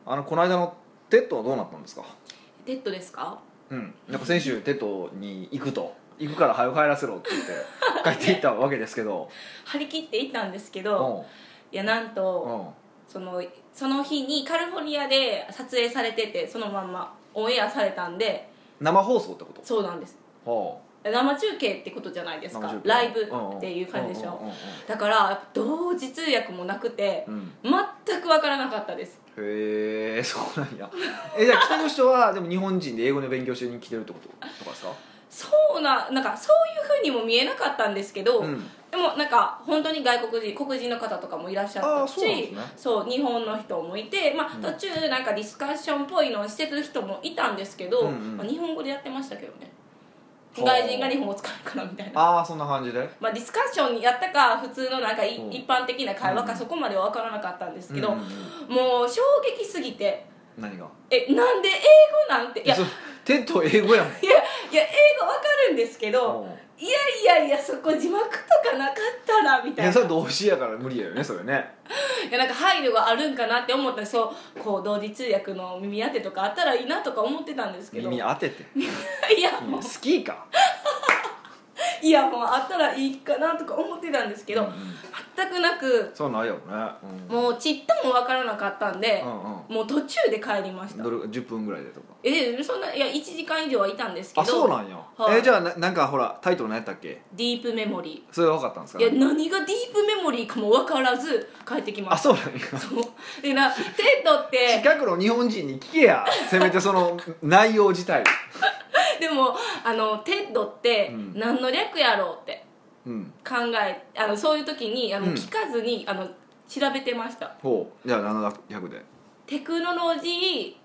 この間のテッドはどうなったんですか？ テッドですか？ なんか先週テッドに行くから早く帰らせろって言って帰っていったわけですけど張り切って行ったんですけど、いやなんと、その日にカリフォルニアで撮影されてて、そのまんまオンエアされたんで。 生放送ってこと？ そうなんです。生中継ってことじゃないですか。ライブっていう感じでしょ。だから同時通訳もなくて、全く分からなかったです。 へえ、そうなんや。じゃあ北の人はでも日本人で英語の勉強しに来てるってこととかですか？ なんかそういうふうにも見えなかったんですけど、でもなんか本当に黒人の方とかもいらっしゃったし、そう日本の人もいて、途中なんかディスカッションっぽいのをしてる人もいたんですけど、日本語でやってましたけどね。外人が日本語を使うからみたいな。 そんな感じで、 ディスカッションやったか普通のなんか一般的な会話か、そこまでは分からなかったんですけど、もう衝撃すぎて。 何が？ なんで英語なんて。いやテント英語やもん。 いや英語分かるんですけど、いやそこ字幕とかなかったらみたいな。 それ動詞やから無理やよね、それね。 いやなんか配慮があるんかなって思ったら、こう同時通訳の耳当てとかあったらいいなとか思ってたんですけど。 耳当てていやもう好きかイヤホンあったらいいかなとか思ってたんですけど、全くなく、 そうないよね、 もうちっとも分からなかったんで、もう途中で帰りました。 10分ぐらいでとか。 そんないや1時間以上はいたんですけど。 そうなんや。じゃあなんかほらタイトル何やったっけ？ ディープメモリー。 それは分かったんですか？ いや何がディープメモリーかも分からず帰ってきました。 そうなんや。 そうでテッドって近くの日本人に聞けや、せめてその内容自体でもテッドって何の略やろうって考え、そういう時に聞かずに調べてました。 じゃあ何の略で？ テクノロジー、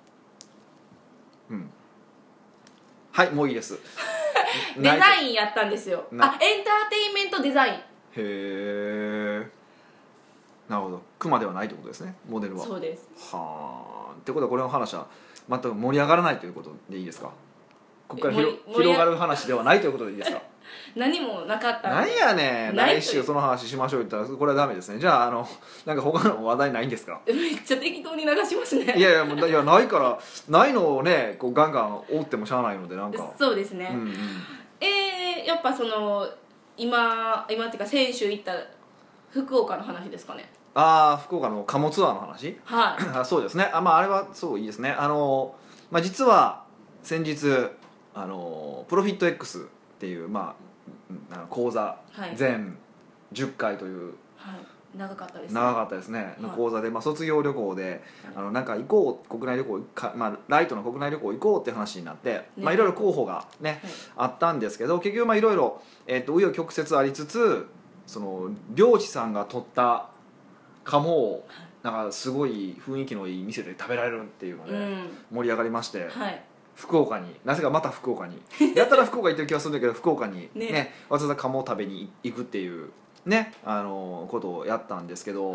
はいもういいですデザインやったんですよ。エンターテインメントデザイン。 へえ、なるほど。クマではないってことですね、モデルは。 そうです。 ってことはこれの話は全く盛り上がらないということでいいですか？ここから広がる話ではないということでいいですか？ 何もなかったんで。 何やねん、来週その話しましょう言ったらこれはダメですね。じゃあなんか他の話題ないんですか？ めっちゃ適当に流しますね。 いやないからないのをねこうガンガン追ってもしゃあないのでなんか。 そうですね。やっぱ今っていうか先週行った福岡の話ですかね。 福岡の貨物ツアーの話。 はいそうですね。あれはそういいですね。実は先日プロフィット X っていう講座、全10回という、 長かったですね。 長かったですね、の講座で、卒業旅行でなんか行こう、国内旅行ライトの国内旅行行こうって話になって、いろいろ候補がね、あったんですけど、結局いろいろ紆余曲折ありつつ、その漁師さんが取った鴨をなんかすごい雰囲気のいい店で食べられるっていうので盛り上がりまして、福岡になぜかまた福岡にやったら福岡行ってる気がするんだけど福岡にねわざわざ鴨を食べに行くっていうねことをやったんですけど、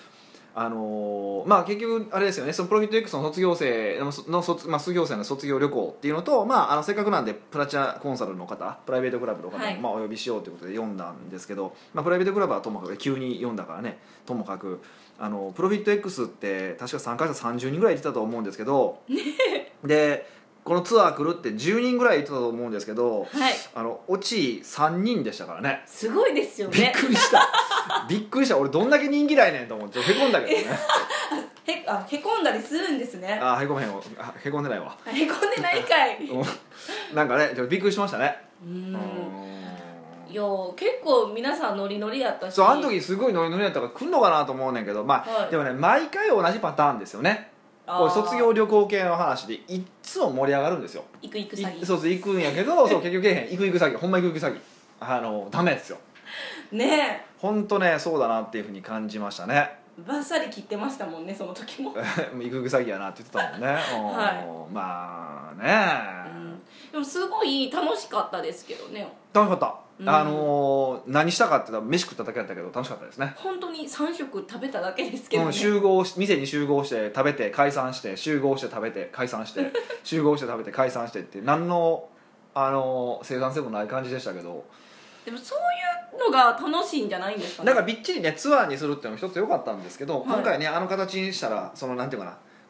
結局あれですよね、そのプロフィット X の卒業生の卒業旅行っていうのと、せっかくなんでプラチナコンサルの方、プライベートクラブの方もお呼びしようということで読んだんですけど、プライベートクラブはともかく急に読んだからね、ともかくプロフィット X って確か参加者30人ぐらいいてたと思うんですけどでこのツアー来るって10人ぐらいいてたと思うんですけど、オチ3人でしたからね。 すごいですよね。 びっくりした俺どんだけ人気だいねんと思ってへこんだけどねへこんだりするんですね。 へこんでないわ。 へこんでないかいなんかねびっくりしましたね。 いや結構皆さんノリノリやったし、 そう時すごいノリノリやったから来んのかなと思うねんけど、でもね毎回同じパターンですよね。これ卒業旅行系の話でいっつも盛り上がるんですよ。 行く詐欺。 そう行くんやけど結局けえへん。行く詐欺、ほんま行く詐欺ダメですよね。 本当ねそうだなっていうふうに感じましたね。 バッサリ切ってましたもんね、その時も行く詐欺やなって言ってたもんね。 でもすごい楽しかったですけどね。 楽しかった。何したかって言ったら飯食っただけだったけど楽しかったですね。 本当に3食食べただけですけどね。 店に集合して食べて解散して集合して食べて解散して集合して食べて解散してって何の生産性もない感じでしたけど、 でもそういうのが楽しいんじゃないんですかね。 なんかびっちりねツアーにするっていうのも一つ良かったんですけど、今回ね形にしたらなんていうかな、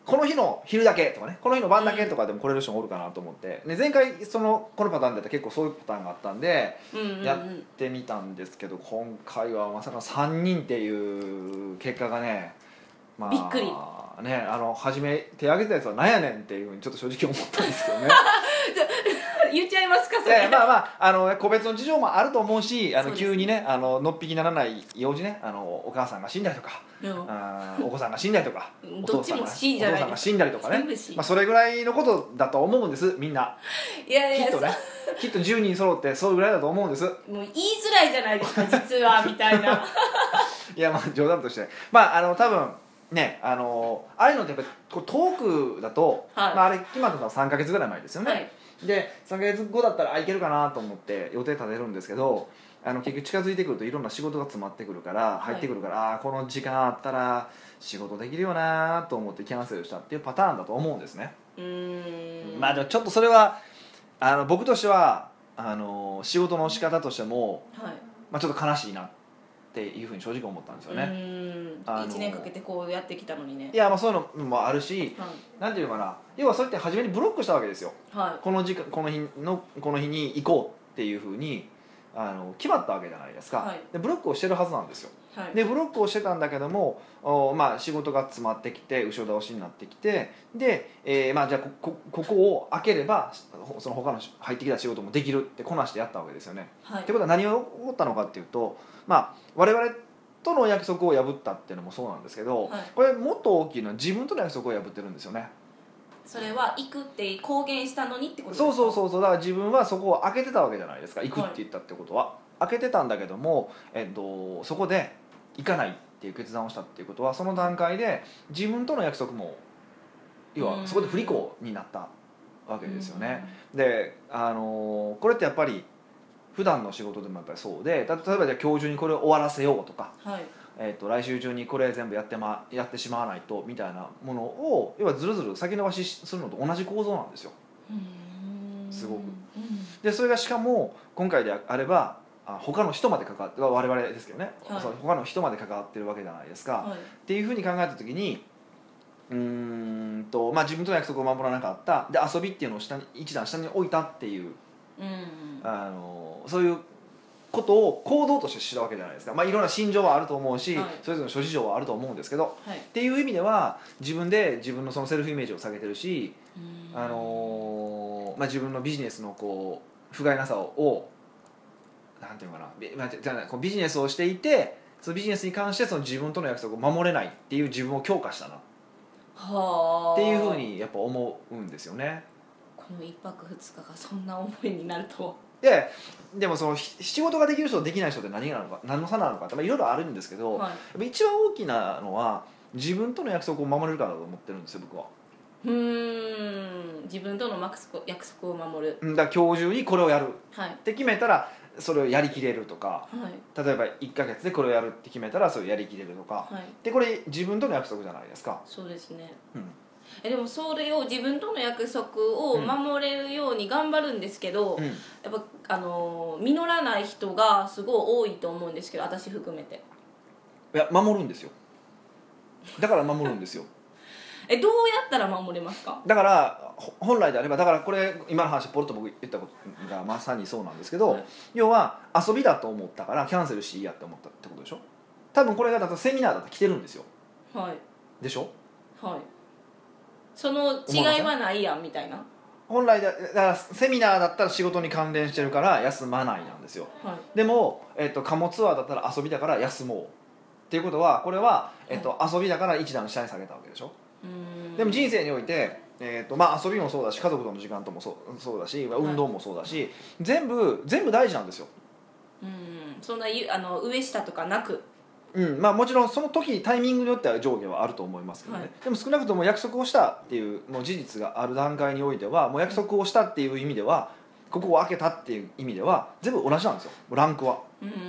この日の昼だけとかね、この日の晩だけとかでも来れる人もおるかなと思って、で前回このパターンだったら結構そういうパターンがあったんで、やってみたんですけど、今回はまさか3人っていう結果がね、 まあ、びっくりね、初め手挙げたやつは何やねんっていうふうにちょっと正直思ったんですけどね言っちゃいますかそれ。 いやまあまあ個別の事情もあると思うし、急にねのっぴきならない用事ね、お母さんが死んだりとか、お子さんが死んだりとかお父さんが死んだりとかね、まあ、それぐらいのことだと思うんです、みんな。 いやいや、 きっとね、きっと10人揃ってそれぐらいだと思うんです。もう言いづらいじゃないですか実はみたいないやまあ冗談として、まあ多分ね、ああいうのってやっぱりトークだと、はい、まあ、あれ決まったのは3ヶ月ぐらい前ですよね、はい、で3ヶ月後だったらいけるかなと思って予定立てるんですけど、結局近づいてくるといろんな仕事が詰まってくるから、入ってくるから、はい、この時間あったら仕事できるよなと思ってキャンセルしたっていうパターンだと思うんですね。まあでもちょっとそれは僕としては仕事の仕方としても、はい、まあ、ちょっと悲しいなっていうふうに正直思ったんですよね。 1年かけてこうやってきたのにね。 いや、まあそういうのもあるし、はい、なんていうのかな、要はそうやって初めにブロックしたわけですよ、はい、この日に行こうっていうふうに決まったわけじゃないですか、はい、でブロックをしてるはずなんですよ、はい、でブロックをしてたんだけどもまあ、仕事が詰まってきて後ろ倒しになってきてで、まあ、じゃあここを開ければその他の入ってきた仕事もできるってこなしてやったわけですよね、はい、ってことは何が起こったのかっていうと、まあ、我々との約束を破ったっていうのもそうなんですけど、はい、これもっと大きいのは自分との約束を破ってるんですよね。 それは行くって公言したのにってことですか？ そうだから自分はそこを開けてたわけじゃないですか、行くって言ったってことは、はい、開けてたんだけども、そこで行かないっていう決断をしたっていうことは、その段階で自分との約束も要はそこで不履行になったわけですよね。でこれってやっぱり普段の仕事でもやっぱりそうで、例えばじゃあ今日中にこれを終わらせようとか、はい、来週中にこれ全部やってしまわないとみたいなものを要はずるずる先延ばしするのと同じ構造なんですよ、すごく。でそれがしかも今回であれば他の人まで関わって我々ですけどね、はい、他の人まで関わってるわけじゃないですか、はい、っていうふうに考えた時にまあ、自分との約束を守らなかったで遊びっていうのを一段下に置いたっていう、そういうことを行動として知るわけじゃないですか、まあ、いろんな心情はあると思うし、はい、それぞれの諸事情はあると思うんですけど、はい、っていう意味では自分のそのセルフイメージを下げてるし、まあ、自分のビジネスのこう不甲斐なさをなんていうのかな、ビジネスをしていてそのビジネスに関してその自分との約束を守れないっていう自分を強化したなっていうふうにやっぱ思うんですよね。 この1泊2日がそんな思いになると。 でもその仕事ができる人とできない人って何の差なのかっていろいろあるんですけど、はい、一番大きなのは自分との約束を守れるからだと思ってるんですよ、僕は。 自分との約束を守る。 だから今日中にこれをやるって決めたらそれをやりきれるとか、はい、例えば1ヶ月でこれをやるって決めたらそれをやりきれるとか、はい、でこれ自分との約束じゃないですか。 そうですね、でもそれを自分との約束を守れるように頑張るんですけど、やっぱ実らない人がすごい多いと思うんですけど、私含めて。 いや守るんですよ、だから守るんですよどうやったら守れますか？ だから本来であれば、だからこれ今の話ポロッと僕言ったことがまさにそうなんですけど、はい、要は遊びだと思ったからキャンセルしていいやって思ったってことでしょ。多分これがだとセミナーだと来てるんですよ、はい、でしょ。はい、 その違いはないやんみたいな。 本来だからセミナーだったら仕事に関連してるから休まないなんですよ、はい、でも、貨物ツアーだったら遊びだから休もうっていうことは、これは、遊びだから一段下に下げたわけでしょ。でも人生において、まあ、遊びもそうだし家族との時間ともそうだし運動もそうだし、はい、全部大事なんですよ。 そんな上下とかなく、 まあ、もちろんその時タイミングによっては上下はあると思いますけどね、はい、でも少なくとも約束をしたっていうもう事実がある段階においてはもう約束をしたっていう意味ではここを開けたっていう意味では全部同じなんですよ、ランクは。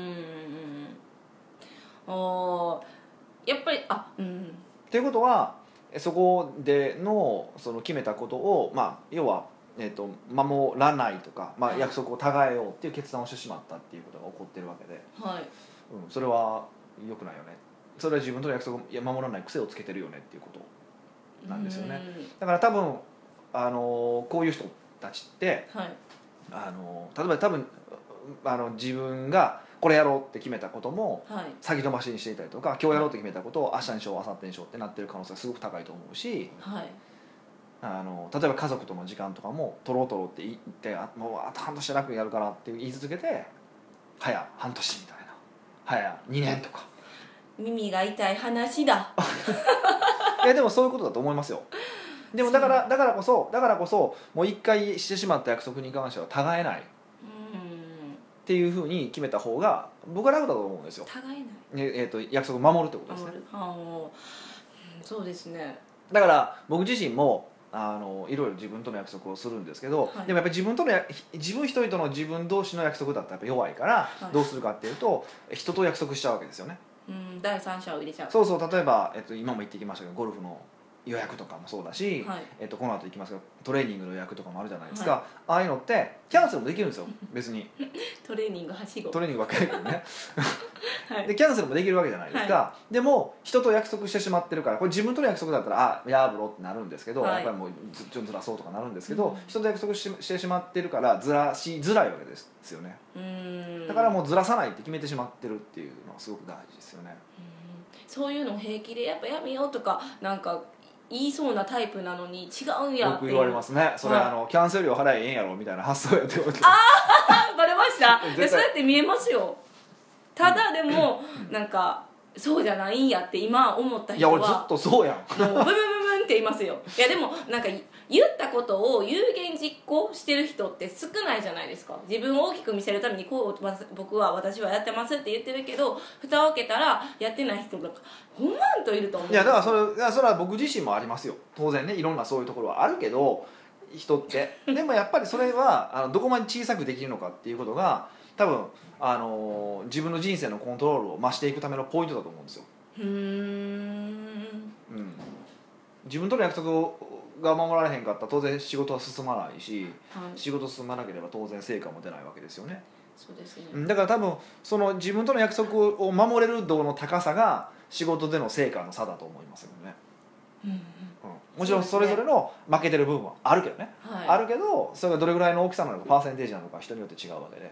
やっぱりっていうことはそこでのその決めたことを、まあ、要は、守らないとか、まあ、約束をたがえようっていう決断をしてしまったっていうことが起こってるわけで、はい、それは良くないよね。それは自分との約束を守らない癖をつけてるよねっていうことなんですよね。だから多分こういう人たちって、 はい、 例えば多分自分がこれやろうって決めたことも、 はい、 先延ばしにしていたりとか、今日やろうって決めたことを明日にしよう明後日にしようってなってる可能性がすごく高いと思うし、 はい、 例えば家族との時間とかも取ろうって言ってもうあと半年楽にやるからって言い続けて早半年みたいな、早2年とか耳が痛い話だいやでもそういうことだと思いますよ。でもだからこそもう一回してしまった約束に関しては違えないっていうふうに決めた方が僕は楽だと思うんですよ。 違えない、約束を守るってことですね。 そうですね。 だから僕自身もいろいろ自分との約束をするんですけど、はい、でもやっぱり自分一人との自分同士の約束だったらやっぱ弱いから、はい、どうするかっていうと人と約束しちゃうわけですよね。 第三者を入れちゃう。 そう例えば、今も言ってきましたけどゴルフの予約とかもそうだし、はい、この後行きますけどトレーニングの予約とかもあるじゃないですか、はい、ああいうのってキャンセルもできるんですよ別にトレーニングはしごトレーニングばっかりだけどね、はい、でキャンセルもできるわけじゃないですか、はい、でも人と約束してしまってるからこれ自分との約束だったら破ろうってなるんですけど、はい、やっぱりもうずらそうとかなるんですけど、人と約束してしまってるからずらしづらいわけですよね。だからもうずらさないって決めてしまってるっていうのはすごく大事ですよね。 そういうの平気でやっぱやめようとかなんか言いそうなタイプなのに違うんやって。 よく言われますねそれ、はい、キャンセル料払ええんやろみたいな発想やってことバレましたそうやって見えますよ。ただでも、なんかそうじゃないんやって今思った人は。 いや俺ずっとそうやんブブブブンって言いますよ。いやでもなんか言ったことを有言実行してる人って少ないじゃないですか。自分を大きく見せるためにこう私はやってますって言ってるけど蓋を開けたらやってない人とか5万といると思う。 いやだからそれは僕自身もありますよ当然ね。いろんなそういうところはあるけど人ってでもやっぱりそれはどこまで小さくできるのかっていうことが多分自分の人生のコントロールを増していくためのポイントだと思うんですよ。自分との約束が守られへんかったら当然仕事は進まないし、はい、仕事進まなければ当然成果も出ないわけですよね。 そうですね。 だから多分その自分との約束を守れる度の高さが仕事での成果の差だと思いますよね。もちろんそれぞれの負けてる部分はあるけどね、はい、あるけどそれがどれぐらいの大きさなのかパーセンテージなのか人によって違うわけで、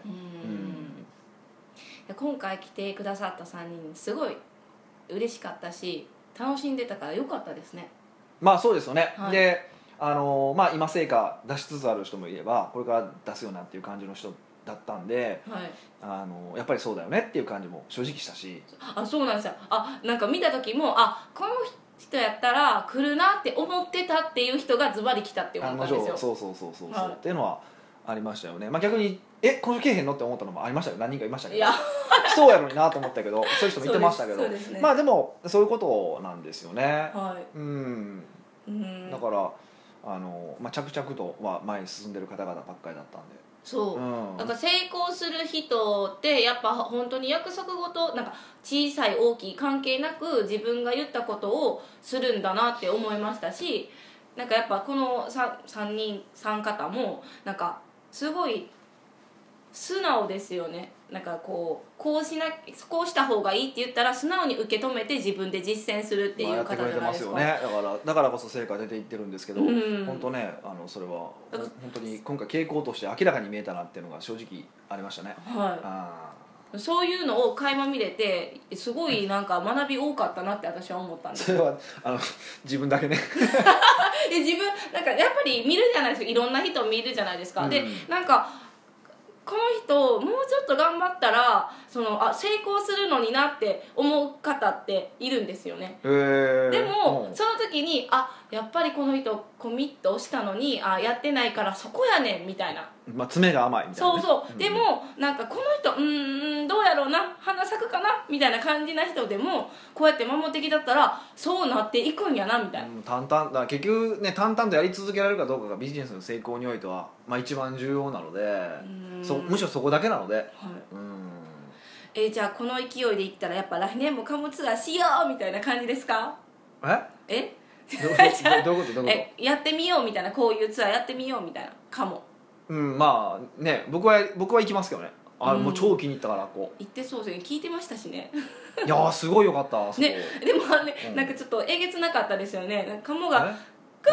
今回来てくださった3人すごい嬉しかったし楽しんでたから良かったですね。 まあそうですよね、はい、で今成果出しつつある人もいればこれから出すよなっていう感じの人だったんで、はい、やっぱりそうだよねっていう感じも正直したし。 そうなんですよ。なんか見た時もこの人やったら来るなって思ってたっていう人がズバリ来たって思ったんですよ。 そう、はい、っていうのはありましたよね。逆にこの人来えへんのって思ったのもありましたよ。何人かいましたけど来そうやのになと思ったけどそういう人もいてましたけどね、まあでもそういうことなんですよね、はい、だから着々とは前に進んでる方々ばっかりだったんで。 そう、なんか成功する人ってやっぱ本当に約束事なんか小さい大きい関係なく自分が言ったことをするんだなって思いましたし、なんかやっぱこの3方もなんかすごい素直ですよね。なんかこうした方がいいって言ったら素直に受け止めて自分で実践するっていう方じゃないですか。やってくれてますよね。だからこそ成果出ていってるんですけど、本当ねそれは本当に今回傾向として明らかに見えたなっていうのが正直ありましたね。 はい。そういうのを垣間見れてすごいなんか学び多かったなって私は思ったんです。 それは自分だけね自分なんかやっぱり見るじゃないですか。いろんな人見るじゃないですか、でなんかこの人もうちょっと頑張ったら成功するのになって思う方っているんですよね、でもその時にやっぱりこの人コミットしたのにやってないからそこやねんみたいな、 爪が甘いみたいな、ね、 そう、でもなんかこの人どうやろうな花咲くかなみたいな感じな人でもこうやって守ってきだったらそうなっていくんやなみたいな、 淡々だ結局ね淡々とやり続けられるかどうかがビジネスの成功においては、一番重要なので、むしろそこだけなので、はい、 じゃあこの勢いでいったらやっぱ来年も貨物ツアーしようみたいな感じですか？えどういうことやってみようみたいな、こういうツアーやってみようみたいなかも。 まあね僕は行きますけどね。 もう超気に入ったからこう行ってそうですね、聞いてましたしねいやすごいよかったそこね。でもね、なんかちょっとえげつなかったですよね。なんかカモがクーンクーン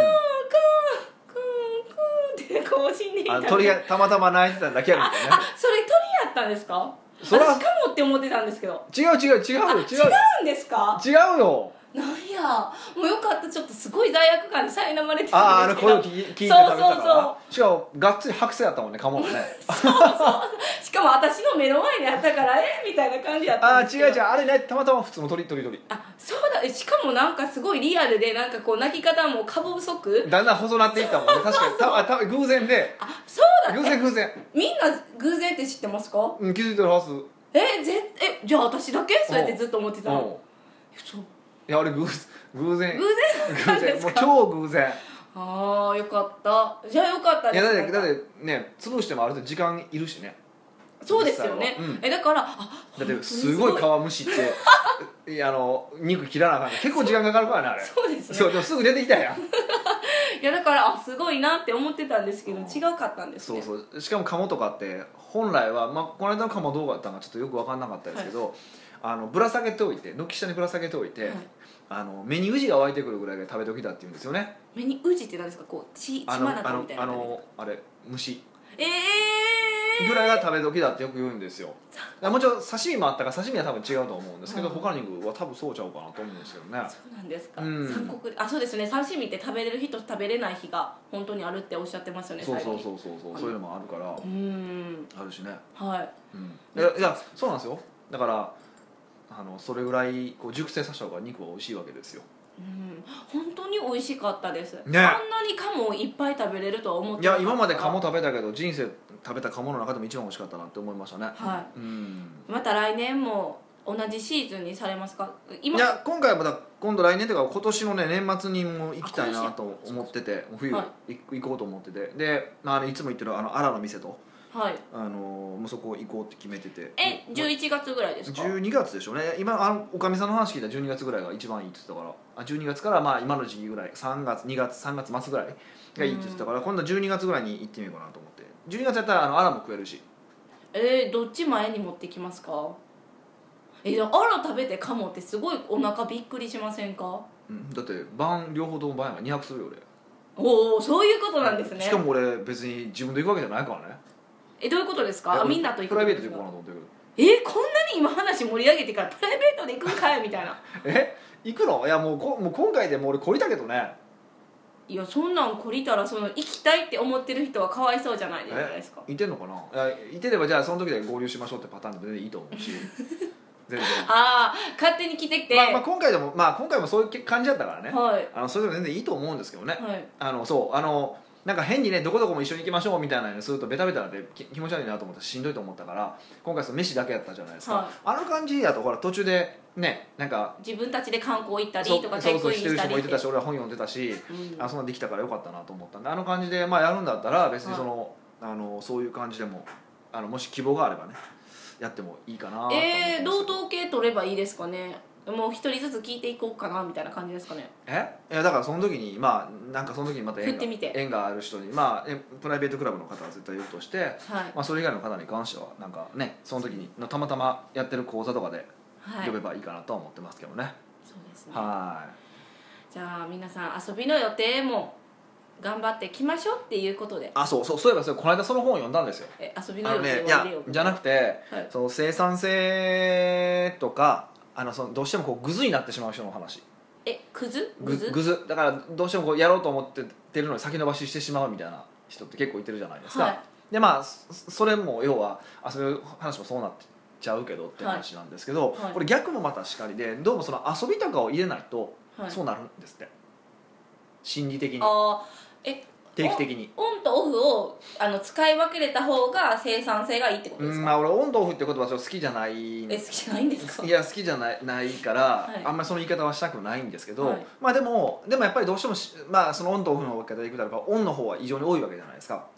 クーンクーンってこう死んでいた、 鳥がたまたま鳴いてただけやるみたいな。 それ鳥やったんですか？ そら私カモって思ってたんですけど。 違う違うんですか？ 違うよ。 なんや、もうよかった。ちょっとすごい罪悪感に苛まれてたんですけど、 声を聞いて食べたからしかもがっつり白菜やったもんね、カモがねそうしかも私の目の前にあったからみたいな感じやったんですけど。 違うあれね、たまたま普通の鳥そうだ。しかもなんかすごいリアルで、なんかこう鳴き方も過不足だんだん細なっていったもんね。確かに偶然で、 そうだね。 偶然みんな偶然って知ってますか？ 気づいてるはず。 じゃあ私だけそうやってずっと思ってたの？そう。 いや俺偶然なんですか？ もう超偶然。 ああよかった。じゃあよかったです。 いやだってね、潰してもある程度時間いるしね。 そうですよね、だからだってすごい皮むしって肉切らなあかんね。結構時間かかるからねあれ。 そうですね。 そうでもすぐ出てきたやんいやだからすごいなって思ってたんですけど違うかったんですね。 そうしかも鴨とかって本来は、この間の鴨どうだったのかちょっとよく分かんなかったですけど、ぶら下げておいて、軒下にぶら下げておいて、目にウジが湧いてくるぐらいで食べておきたって言うんですよね。 目にウジって何ですか？こう血まなこみたいなあれ虫ぐらいが食べ時だってよく言うんですよ。もちろん刺身もあったから刺身は多分違うと思うんですけど、他の肉は多分そうちゃうかなと思うんですけどね。 そうなんですか、そうですね。刺身って食べれる日と食べれない日が本当にあるっておっしゃってますよね。 そういうのもあるからあるしね。いやそうなんですよ。だからそれぐらい熟成させた方が肉は美味しいわけですよ。 本当に美味しかったです、 ね、 あんなに鴨をいっぱい食べれるとは思ってなかった。 いや今まで鴨食べたけど人生食べた鴨の中でも一番美味しかったなって思いましたね。 また来年も同じシーズンにされますか？ いや今回はまた今度来年というか今年のね年末にも行きたいなと思ってて、冬行こうと思ってて、でいつも行ってるアラの店ともうそこ行こうって決めてて。 11月ぐらいですか ？12月でしょうね。今おかみさんの話聞いたら12月ぐらいが一番いいって言ってたから12月から今の時期ぐらい3月末ぐらいがいいって言ってたから、今度12月ぐらいに行ってみようかなと思って。12月やったらアラも食えるし。 どっち前に持ってきますか？アラ食べてカモってすごいお腹びっくりしませんか？ だって両方とも晩やが200するよ俺。おお、そういうことなんですね。 しかも俺別に自分で行くわけじゃないからね。 どういうことですか？みんなと行く。 プライベートで行こうかなと思ってる。 こんなに今話盛り上げてからプライベートで行くんかいみたいな行くの？いやもう今回でもう俺懲りたけどね。 いやそんなん懲りたら行きたいって思ってる人はかわいそうじゃないですか。 いてんのかな。いてればじゃあその時で合流しましょうってパターンでも全然いいと思うし全然勝手に来てきて、 今回もそういう感じだったからね、それでも全然いいと思うんですけどね、なんか変にねどこどこも一緒に行きましょうみたいなのするとベタベタで気持ち悪いなと思ってしんどいと思ったから、今回飯だけやったじゃないですか、あの感じやとほら途中でねなんか自分たちで観光行ったりとかチェックインしたりしてる人もいてたし、俺は本読んでたし、そんなんできたからよかったなと思ったんで、あの感じでやるんだったら別にそういう感じでももし希望があればねやってもいいかなと思って。 同等系取ればいいですかね。もう一人ずつ聞いていこうかなみたいな感じですかね。 いやだからその時になんかその時にまた縁がある人にプライベートクラブの方は絶対いるとして、それ以外の方に関してはなんかねその時にたまたまやってる講座とかで呼べばいいかなとは思ってますけどね。 そうですね。 はいじゃあ皆さん遊びの予定も頑張ってきましょうっていうことで。 そういえばこの間その本を読んだんですよ。 遊びの予定をいやじゃなくて、その生産性とかどうしてもグズになってしまう人の話。 グズだからどうしてもやろうと思ってるのに先延ばししてしまうみたいな人って結構いてるじゃないですか、でそれも要は遊ぶ話もそうなっちゃうけどって話なんですけど、これ逆もまたしかりで、どうもその遊びとかを入れないとそうなるんですって、心理的に定期的に。 オンとオフを使い分けれた方が生産性がいいってことですか？ 俺オンとオフって言葉は好きじゃない。 好きじゃないんですか？ いや好きじゃないから、あんまりその言い方はしたくないんですけど、でもやっぱりどうしてもそのオンとオフの分け方でいくならばオンの方は異常に多いわけじゃないですか。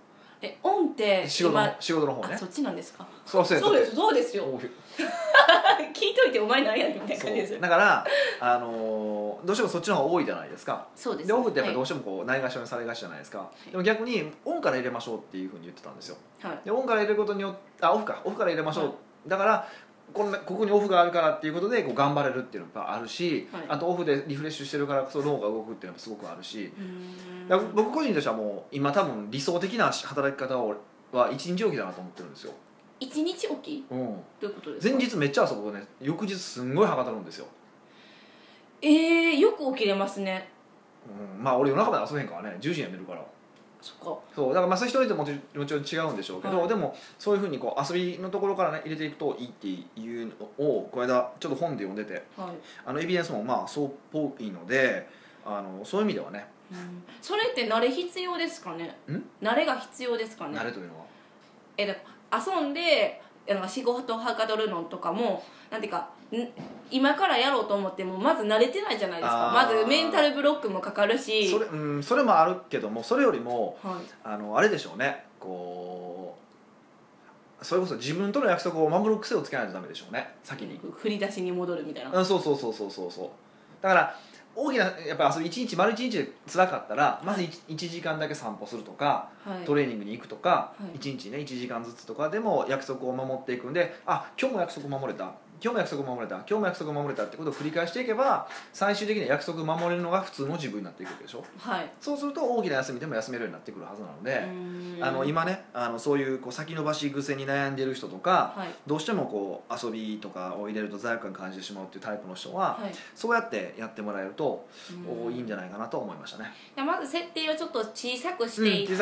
オンって仕事の方ね。 そっちなんですか。 そうですよ聞いといてお前何やねんみたいな感じですよ。 だからどうしてもそっちの方が多いじゃないですか。 そうです、 でオフってやっぱりどうしてもこうないがしろにされがちじゃないですか、はい、でも逆にオンから入れましょうっていうふうに言ってたんですよ、はい、でオンから入れることによってオフから入れましょう、はい、だからここにオフがあるからっていうことでこう頑張れるっていうのがあるし、はい、あとオフでリフレッシュしてるからこそ脳が動くっていうのもすごくあるし、僕個人としてはもう今多分理想的な働き方は一日おきだなと思ってるんですよ。 一日おき、どういうことですか。 前日めっちゃ遊ぶね、翌日すんごいはかどるんですよ。 よく起きれますね。 まあ俺夜中まで遊べへんからね、10時には寝るから。 そっか。 そうだからまあそういう人にももちろん違うんでしょうけど、はい、でもそういうふうにこう遊びのところからね入れていくといいっていうのをこの間ちょっと本で読んでて、はい、エビデンスもまあそうっぽいのでそういう意味ではね、 それって慣れ必要ですかね。慣れが必要ですかね。 慣れというのはだから遊んで仕事をはかどるのとかもなんていうか今からやろうと思ってもまず慣れてないじゃないですか。まずメンタルブロックもかかるし、 それもあるけども、それよりも、 はい、 あれでしょうね、こうそれこそ自分との約束を守る癖をつけないとダメでしょうね、先に振り出しに戻るみたいな。 そうだから大きなやっぱり遊び丸一日で辛かったらまず 1時間だけ散歩するとか、はい、トレーニングに行くとか、はい、1日ね1時間ずつとかでも約束を守っていくんで、今日も約束守れた、今日も約束守れた、今日も約束守れたってことを繰り返していけば最終的には約束守れるのが普通の自分になっていくわけでしょ、はい、そうすると大きな休みでも休めるようになってくるはずなので、今ねそういう先延ばし癖に悩んでいる人とか、はい、どうしてもこう遊びとかを入れると罪悪感感じてしまうっていうタイプの人は、はい、そうやってやってもらえるといいんじゃないかなと思いましたね。 まず設定をちょっと小さくしていって、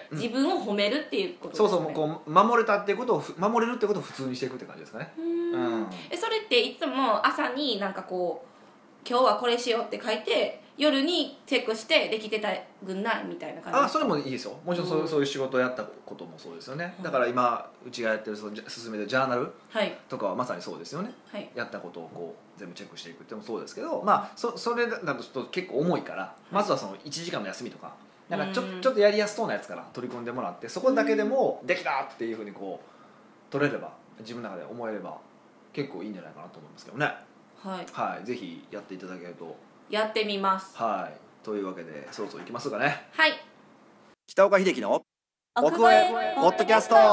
自分を褒めるっていうことですね。 そうこう守れたっていうことを守れるってことを普通にしていくって感じですかね。 それっていつも朝になんかこう今日はこれしようって書いて夜にチェックしてできてたぐんないみたいな感じですか。 それもいいですよ。もちろんそういう仕事をやったこともそうですよね、だから今うちがやってる進めてるジャーナルとかはまさにそうですよね、はい、やったことをこう全部チェックしていくってもそうですけど、それだとちょっと結構重いから、まずはその1時間の休みとかなんかちょっとやりやすそうなやつから取り組んでもらって、そこだけでもできたっていうふうにこう取れれば、自分の中で思えれば結構いいんじゃないかなと思いますけどね。はい、ぜひやっていただけると。 やってみます。 はい、というわけでそろそろいきますかね。 はい。 北岡秀樹の奥越えポッドキャスト。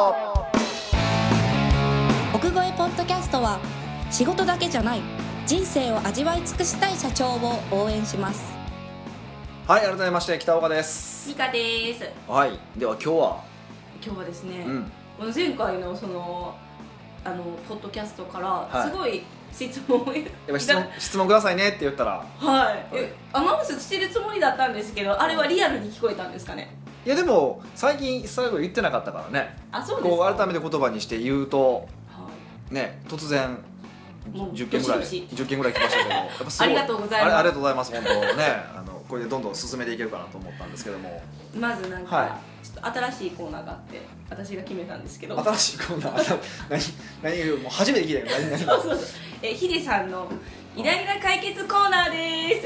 奥越えポッドキャストは仕事だけじゃない人生を味わい尽くしたい社長を応援します。 はい、改めまして北岡です。 美香です。 はい、では今日はですね、前回のそのポッドキャストからすごい質問を、 質問くださいねって言ったら、 アナウンスしてるつもりだったんですけど、あれはリアルに聞こえたんですかね。 いやでも最近最後言ってなかったからね。 そうですか。 こう改めて言葉にして言うと、ね、突然10件ぐらい来ましたけど、やっぱすごいありがとうございます。 ありがとうございます。本当ね、これでどんどん進めていけるかなと思ったんですけども、 まずなんか、ちょっと新しいコーナーがあって私が決めたんですけど。 新しいコーナー何もう初めて聞いたよ。 そうヒデさんのイライラ解決コーナーです。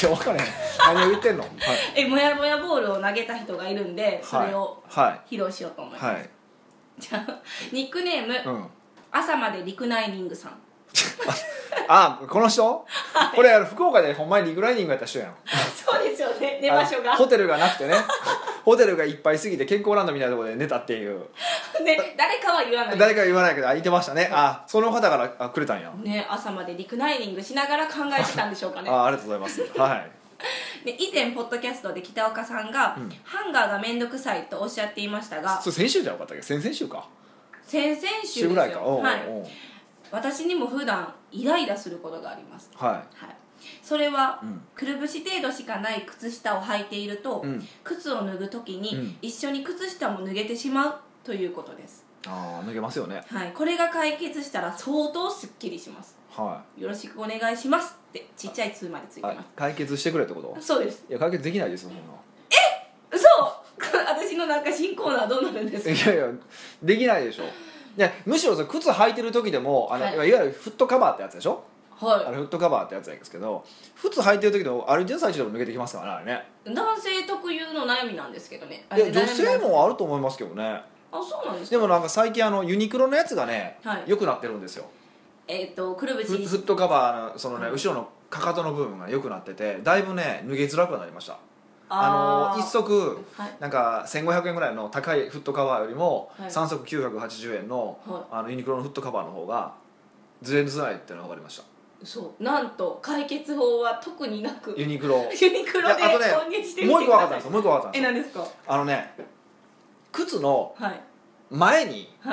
いや分からへん何を言ってんの。 もやもやボールを投げた人がいるんで、それを披露しようと思います。じゃあニックネーム、朝までリクライニングさん。 この人、これ福岡でほんまにリクライニングやった人やん。 そうですよね、寝場所がホテルがなくてねホテルがいっぱいすぎて健康ランドみたいなところで寝たっていう誰かは言わないけど言ってましたね。その方からくれたんやね。朝までリクライニングしながら考えてたんでしょうかね。 ありがとうございます。 で以前ポッドキャストで北岡さんが、ハンガーがめんどくさいとおっしゃっていましたが、 それ先週じゃなかったっけ。先々週か。 先々週ですよ。 ぐらいか。 私にも普段イライラすることがあります。それは、くるぶし程度しかない靴下を履いていると、靴を脱ぐ時に、一緒に靴下も脱げてしまうということです。 脱げますよね。 これが解決したら相当すっきりします。よろしくお願いしますってちっちゃい2までついてます。 解決してくれってこと。 そうです。 いや解決できないですよそんな。 嘘私のなんか新コーナーどうなるんですか。 いやできないでしょ。むしろ靴履いてる時でもいわゆるフットカバーってやつでしょ。 はい、 フットカバーってやつなんですけど、靴履いてる時の歩いてる最中でも抜けてきますからね、あれね。 男性特有の悩みなんですけどね。 いや女性もあると思いますけどね。 あ、そうなんですか。 でもなんか最近ユニクロのやつがね、 はい、 良くなってるんですよ。 くるぶしフットカバーのそのね、後ろのかかとの部分が良くなってて、だいぶね脱げづらくなりました。一足、はい、なんか1500円ぐらいの高いフットカバーよりも、はい、3足980円の、はい、ユニクロのフットカバーの方がずれづらいっていうのが分かりました。 そうなんと解決法は特になくユニクロで購入してみてください。 もう一個分かったんですよ。もう一個分かったんですよ。 何ですか。 靴の前に、はい、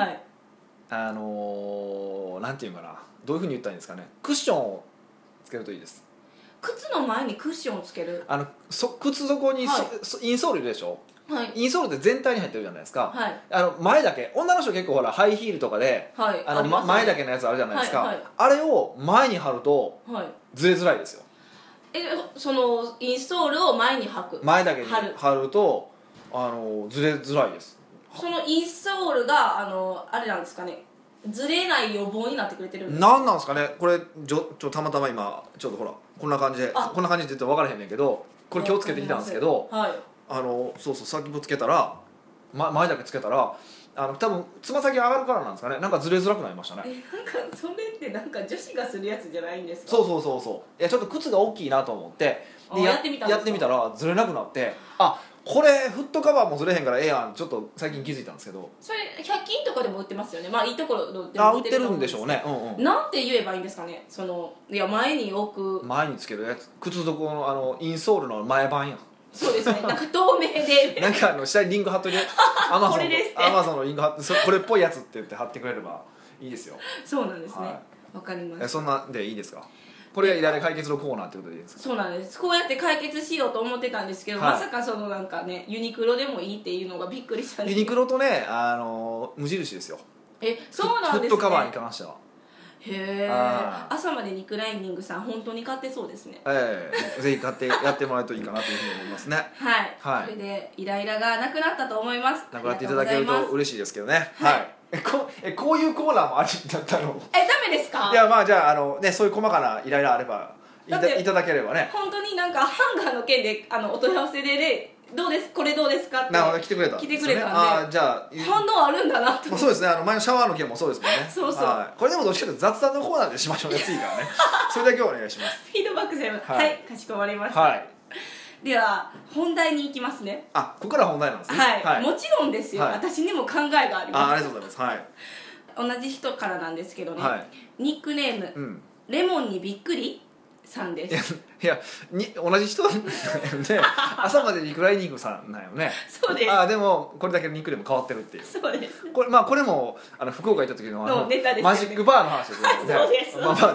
なんていうかな、どういうふうに言ったらいいんですかね、クッションをつけるといいです。 靴の前にクッションをつける。 靴底に、はい、インソールいるでしょ、はい、インソールって全体に入ってるじゃないですか、はい、前だけ、女の人結構ほらハイヒールとかで、はい、前だけのやつあるじゃないですか、はいはい、あれを前に貼ると、はい、ずれづらいですよ。 そのインソールを前に履く、 前だけに貼るとずれづらいです。 そのインソールがあれなんですかね、ずれない予防になってくれてるんですか。なんなんですかね、これたまたま今ちょっとほらこんな感じでって言って分からへんねんけど、これ気をつけてきたんですけど、はい、そう先っぽつけたら、前だけつけたら多分つま先上がるからなんですかね、なんかずれづらくなりましたね。 なんかそれってなんか女子がするやつじゃないんですか。 そういやちょっと靴が大きいなと思ってやってみたらずれなくなって、これフットカバーもずれへんからええやん、ちょっと最近気づいたんですけど。 それ100均とかでも売ってますよね。まあいいところでも売ってるんでしょうね。 なんて言えばいいんですかね、いや前につけるやつ、靴底のインソールの前版やん。 そうですね、なんか透明でなんか下にリンク貼っといてアマゾンのリンク貼ってこれっぽいやつって言って貼ってくれればいいですよ。 そうなんですね、わかります。 そんなんでいいですか。これがイライラ解決のコーナーってことでいいですか。 そうなんです。こうやって解決しようと思ってたんですけど、まさかなんかねユニクロでもいいっていうのがびっくりしたんです。 ユニクロとね無印ですよ。 そうなんですね。 フットカバーに関しては。 へえ。朝までにクライニングさん本当に買ってそうですね。 ぜひ買ってやってもらえるといいかなというふうに思いますね。 はい。それでイライラがなくなったと思います。 なくなっていただけると嬉しいですけどね。はい。こういうコーナーもありだったの。 ダメですか。 いやじゃあね、そういう細かなイライラあればいただければね。 本当になんかハンガーの件でお問い合わせでね、どうですこれどうですかって来てくれたんですね。じゃあ反応あるんだなと。 そうですね、前のシャワーの件もそうですもんね。 そう、 これでもどっちかというと雑談のコーナーでしましょうね、次からね。それだけお願いします。 フィードバック全部はい、かしこまりました。では本題に行きますね。 ここから本題なんですね。 はい、もちろんですよ、私にも考えがあります。 ありがとうございます。 同じ人からなんですけどね、ニックネーム、レモンにびっくりさんです。 いや同じ人だよね。朝までリクライニングさんなんよね。 そうです。 でもこれだけニックネーム変わってるっていう。 そうです。 これも福岡行った時のネタですよね。 マジックバーの話ですよね。 そうです。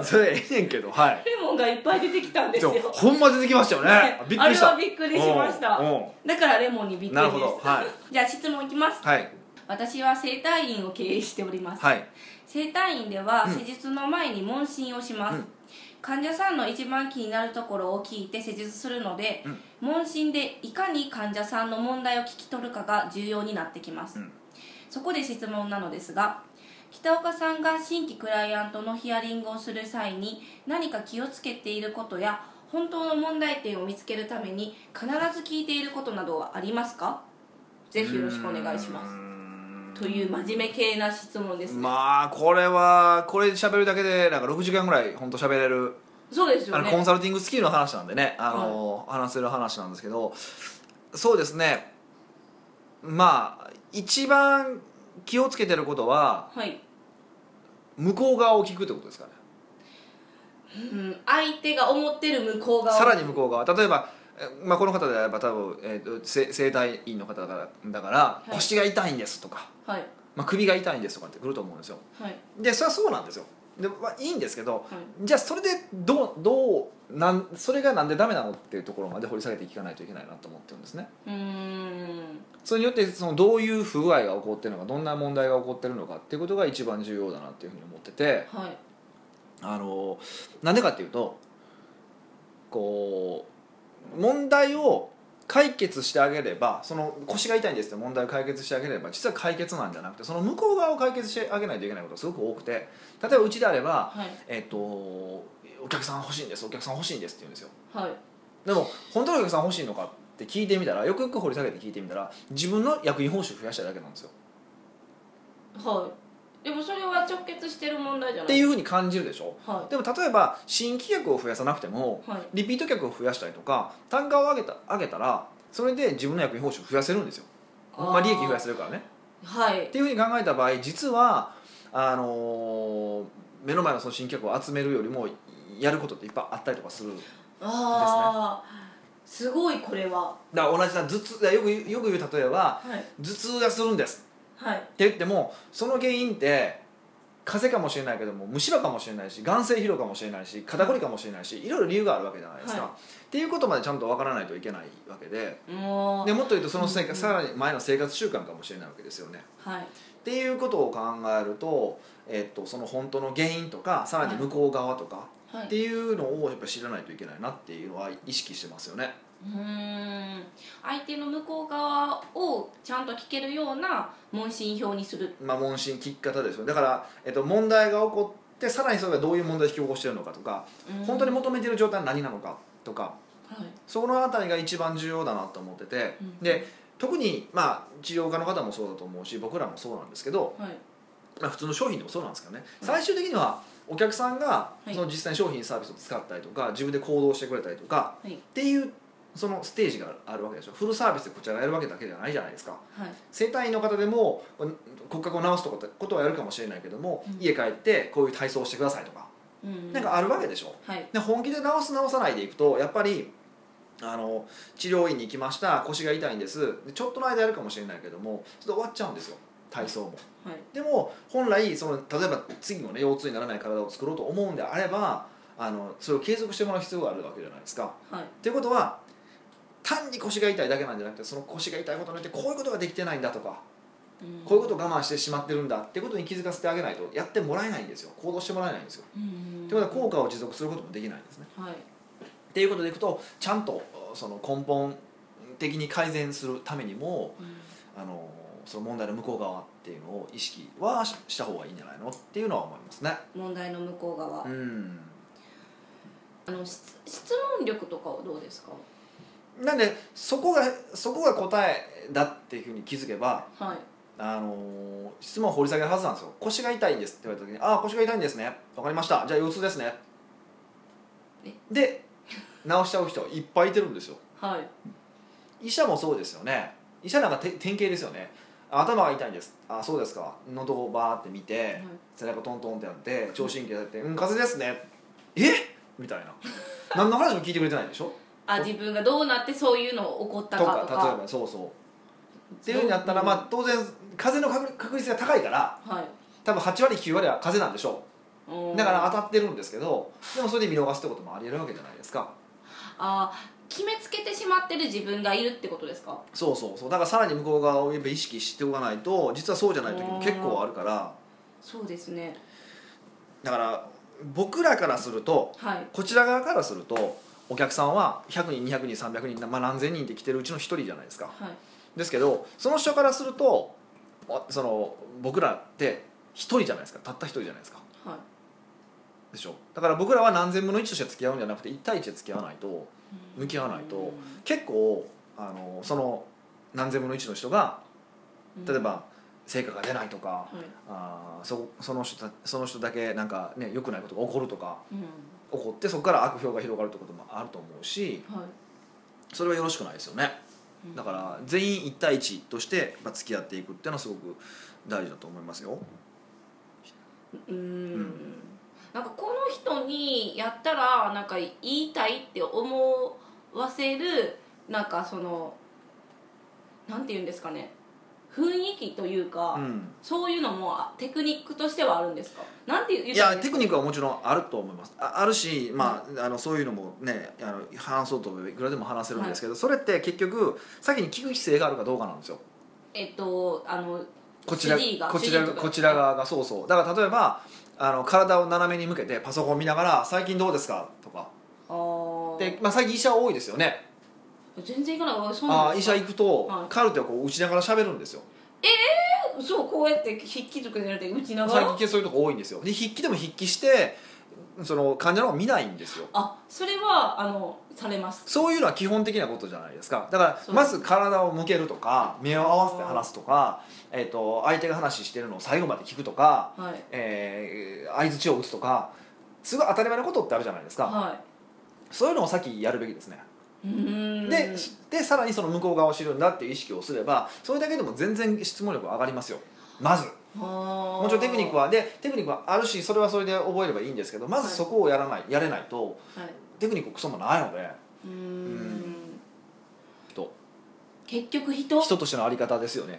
それええねんけど、 レモンがいっぱい出てきたんですよ。 ほんま出てきましたよね。びっくりした。 あれはびっくりしました。だからレモンにびっくりです。なるほど。じゃあ質問いきます。私は整体院を経営しております。整体院では施術の前に問診をします。患者さんの一番気になるところを聞いて施術するので、問診でいかに患者さんの問題を聞き取るかが重要になってきます。そこで質問なのですが、北岡さんが新規クライアントのヒアリングをする際に何か気をつけていることや本当の問題点を見つけるために必ず聞いていることなどはありますか。ぜひよろしくお願いします。という真面目系な質問ですね。 これで喋るだけでなんか6時間ぐらい本当喋れる。 そうですよね。 コンサルティングスキルの話なんでね、話せる話なんですけど、そうですね、一番気をつけてることは、向こう側を聞くってことですかね。 相手が思ってる向こう側、 さらに向こう側、例えばこの方であれば多分、整体院の方だから、腰が痛いんですとか、首が痛いんですとかってくると思うんですよ。でそれはそうなんですよ。でいいんですけど、じゃあそれでそれがなんでダメなのっていうところまで掘り下げていかないといけないなと思ってるんですね。それによってどういう不具合が起こってるのか、どんな問題が起こってるのかっていうことが一番重要だなっていうふうに思ってて、なんでかっていうと、問題を解決してあげれば、その腰が痛いんですって問題を解決してあげれば実は解決なんじゃなくて、その向こう側を解決してあげないといけないことがすごく多くて、例えばうちであれば、 お客さん欲しいんですお客さん欲しいんですって言うんですよ。 はい、 でも本当にお客さん欲しいのかって聞いてみたらよくよく掘り下げて聞いてみたら自分の役員報酬増やしたいだけなんですよ。 はい、でもそれは直結してる問題じゃないっていうふうに感じるでしょ、 はい、 でも例えば新規客を増やさなくても、 はい、 リピート客を増やしたりとか単価を上げたらそれで自分の役員報酬を増やせるんですよ。まあ、利益増やせるからね、 はい、 っていうふうに考えた場合実は目の前のその新規客を集めるよりもやることっていっぱいあったりとかするんですね。 すごいこれはだから同じな頭痛よく言う例えば、 はい、 頭痛がするんですはい、 って言ってもその原因って風邪かもしれないけども虫歯かもしれないし眼性疲労かもしれないし肩こりかもしれないしいろいろ理由があるわけじゃないですか、はい、っていうことまでちゃんと分からないといけないわけでもっと言うとそのさらに前の生活習慣かもしれないわけですよね、はい、っていうことを考えると、その本当の原因とかさらに向こう側とか、はい、っていうのをやっぱり知らないといけないなっていうのは意識してますよね。 相手の向こう側をちゃんと聞けるような問診票にする、 まあ、問診聞き方ですよ。だから、問題が起こってさらにそれがどういう問題を引き起こしているのかとか本当に求めている状態は何なのかとか、はい、そのあたりが一番重要だなと思ってて、で特に、まあ、治療家の方もそうだと思うし僕らもそうなんですけど、はい、まあ、普通の商品でもそうなんですけどね、最終的にはお客さんがその実際に商品サービスを使ったりとか自分で行動してくれたりとか、はい、っていうそのステージがあるわけでしょ。フルサービスでこちらがやるわけだけじゃないじゃないですか、はい、整体院の方でも骨格を直すとかことはやるかもしれないけども、家帰ってこういう体操をしてくださいとか、なんかあるわけでしょ、はい、で本気で直さないでいくとやっぱり治療院に行きました腰が痛いんですちょっとの間やるかもしれないけどもそれで終わっちゃうんですよ体操も、はい、でも本来例えば次もね腰痛にならない体を作ろうと思うんであればそれを継続してもらう必要があるわけじゃないですか、はい、っていうことは単に腰が痛いだけなんじゃなくてその腰が痛いことによってこういうことができてないんだとか、こういうことを我慢してしまってるんだっていうことに気づかせてあげないとやってもらえないんですよ。行動してもらえないんですよ。ということは効果を持続することもできないんですね、はい、っていうことでいくとちゃんとその根本的に改善するためにも、その問題の向こう側っていうのを意識はした方がいいんじゃないのっていうのは思いますね。 問題の向こう側、質問力とかはどうですか。 なんでそこが答えだっていうふうに気づけば、はい、質問を掘り下げるはずなんですよ。腰が痛いんですって言われた時にああ腰が痛いんですね分かりましたじゃあ腰痛ですねで治しちゃう人いっぱいいてるんですよ、はい、医者もそうですよね。医者なんか典型ですよね。頭が痛いんですあそうですか喉をバーって見て、はい、背中トントンってやって聴診器やって風邪ですねみたいな何の話も聞いてくれてないでしょ。 自分がどうなってそういうの起こったかとか例えばそうっていうふうになったら、まあ、当然風邪の確率が高いから、はい、多分8割9割は風邪なんでしょう。だから当たってるんですけどでもそれで見逃すってこともあり得るわけじゃないですか。 決めつけてしまってる自分がいるってことですか。 そうだからさらに向こう側をやっぱ意識しておかないと実はそうじゃない時も結構あるから。 そうですね。だから僕らからすると、はい、こちら側からするとお客さんは100人200人300人、まあ、何千人って来てるうちの1人じゃないですか、はい、ですけどその人からすると僕らって1人じゃないですか。たった1人じゃないですか、はい、でしょ。だから僕らは何千分の1として付き合うんじゃなくて1対1で付き合わないと向き合わないと結構その何千分の1の人が例えば成果が出ないとか、その人だけなんかね良くないことが起こるとか、起こってそこから悪評が広がるってこともあると思うし、はい、それはよろしくないですよね。だから全員1対1として付き合っていくっていうのはすごく大事だと思いますよ。 なんかこの人にやったらなんか言いたいって思わせるなんかなんていうんですかね雰囲気というか、そういうのもテクニックとしてはあるんですか。なんていういやテクニックはもちろんあると思います。あるし、まあ、そういうのもね話そうと思えばいくらでも話せるんですけど、それって結局先に聞く姿勢があるかどうかなんですよ。こちら側がそうだから例えば体を斜めに向けてパソコン見ながら最近どうですかとかで、まあ、最近医者多いですよね。 全然いかない。 医者行くと、はい、カルテをこう打ちながら喋るんですよ。 そうこうやって筆記とかじゃなくて打ちながら最近そういうとこ多いんですよ。で筆記でも筆記してその患者の方を見ないんですよ。 それはされます。 そういうのは基本的なことじゃないですか。だからまず体を向けるとか目を合わせて話すとか、相手が話してるのを最後まで聞くとか、 はい、 相槌を打つとか、すごい当たり前のことってあるじゃないですか、 はい、 そういうのを先やるべきですね。でさらにその向こう側を知るんだっていう意識をすれば、それだけでも全然質問力上がりますよ。まずもちろんテクニックはあるし、それはそれで覚えればいいんですけど、まずそこをやれないと、はい、テクニッククソもないので、 結局人としてのあり方ですよね。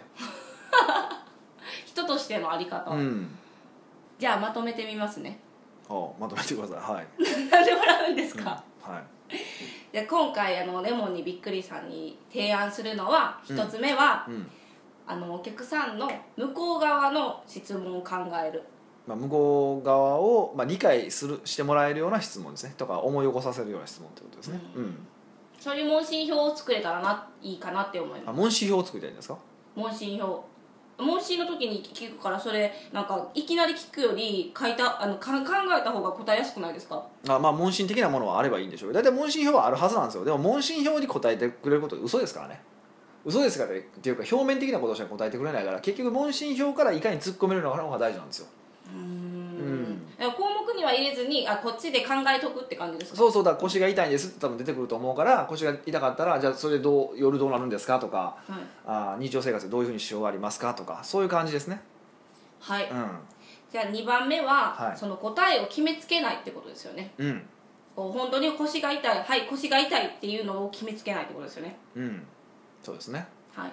人としてのあり方、じゃあまとめてみますね。 まとめてください。はい。 なんで笑うんですか。 はい。 で今回レモンにびっくりさんに提案するのは、一つ目は、お客さんの向こう側の質問を考える、 向こう側を、理解してもらえるような質問ですね、とか思い起こさせるような質問ってことですね。 そういう問診票を作れたらいいかなって思います。 問診票を作りたいんですか。 問診の時に聞くから、それなんかいきなり聞くより考えた方が答えやすくないですか。 問診的なものはあればいいんでしょうけど、大体問診票はあるはずなんですよ。でも問診票に答えてくれることは嘘ですからね。嘘ですからっていうか、表面的なことしか答えてくれないから、結局問診票からいかに突っ込めるのが大事なんですよ。 項目には入れずにこっちで考えとくって感じですか。 そうだ、腰が痛いんですって多分出てくると思うから、腰が痛かったらじゃあそれで夜どうなるんですかとか、日常生活でどういうふうに支障がありますかとか、そういう感じですね。 はい、じゃあ2番目は、その答えを決めつけないってことですよね。本当に腰が痛い、腰が痛いっていうのを決めつけないってことですよね。 そうですね。 はい。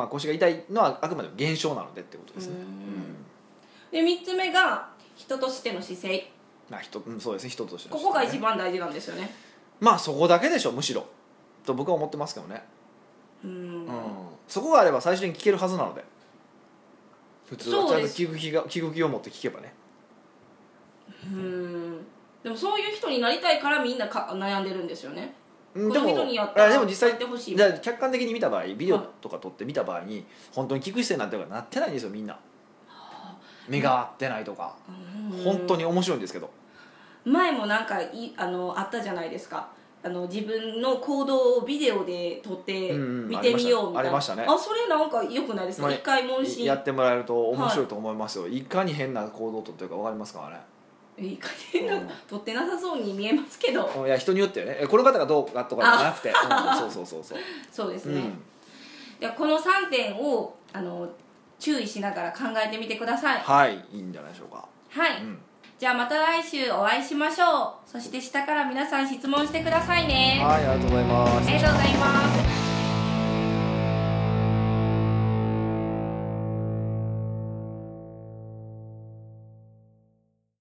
腰が痛いのはあくまでも現象なのでってことですね。 で3つ目が人としての姿勢。 そうですね、人としての姿勢、 ここが一番大事なんですよね。 そこだけでしょ、むしろと僕は思ってますけどね。そこがあれば最初に聞けるはずなので、普通はちゃんと聞く気を持って聞けばね。 でもそういう人になりたいからみんな悩んでるんですよね。 でも実際客観的に見た場合、ビデオとか撮って見た場合に本当に聞く姿勢になってるかなってないんですよ、みんな。目が合ってないとか、本当に面白いんですけど。 前もなんかあったじゃないですか。自分の行動をビデオで撮って見てみようみたいな。 ありましたね。 それなんか良くないですか。一回問診やってもらえると面白いと思いますよ。いかに変な行動をとってるか分かりますからね。 いかに撮ってなさそうに見えますけど。 いや、人によってね、この方がどうかとかじゃなくて、 そうですね。ではこの3点を注意しながら考えてみてください。 はい、いいんじゃないでしょうか。 はい、じゃあまた来週お会いしましょう。そして下から皆さん質問してくださいね。 はい、ありがとうございます。 ありがとうございます。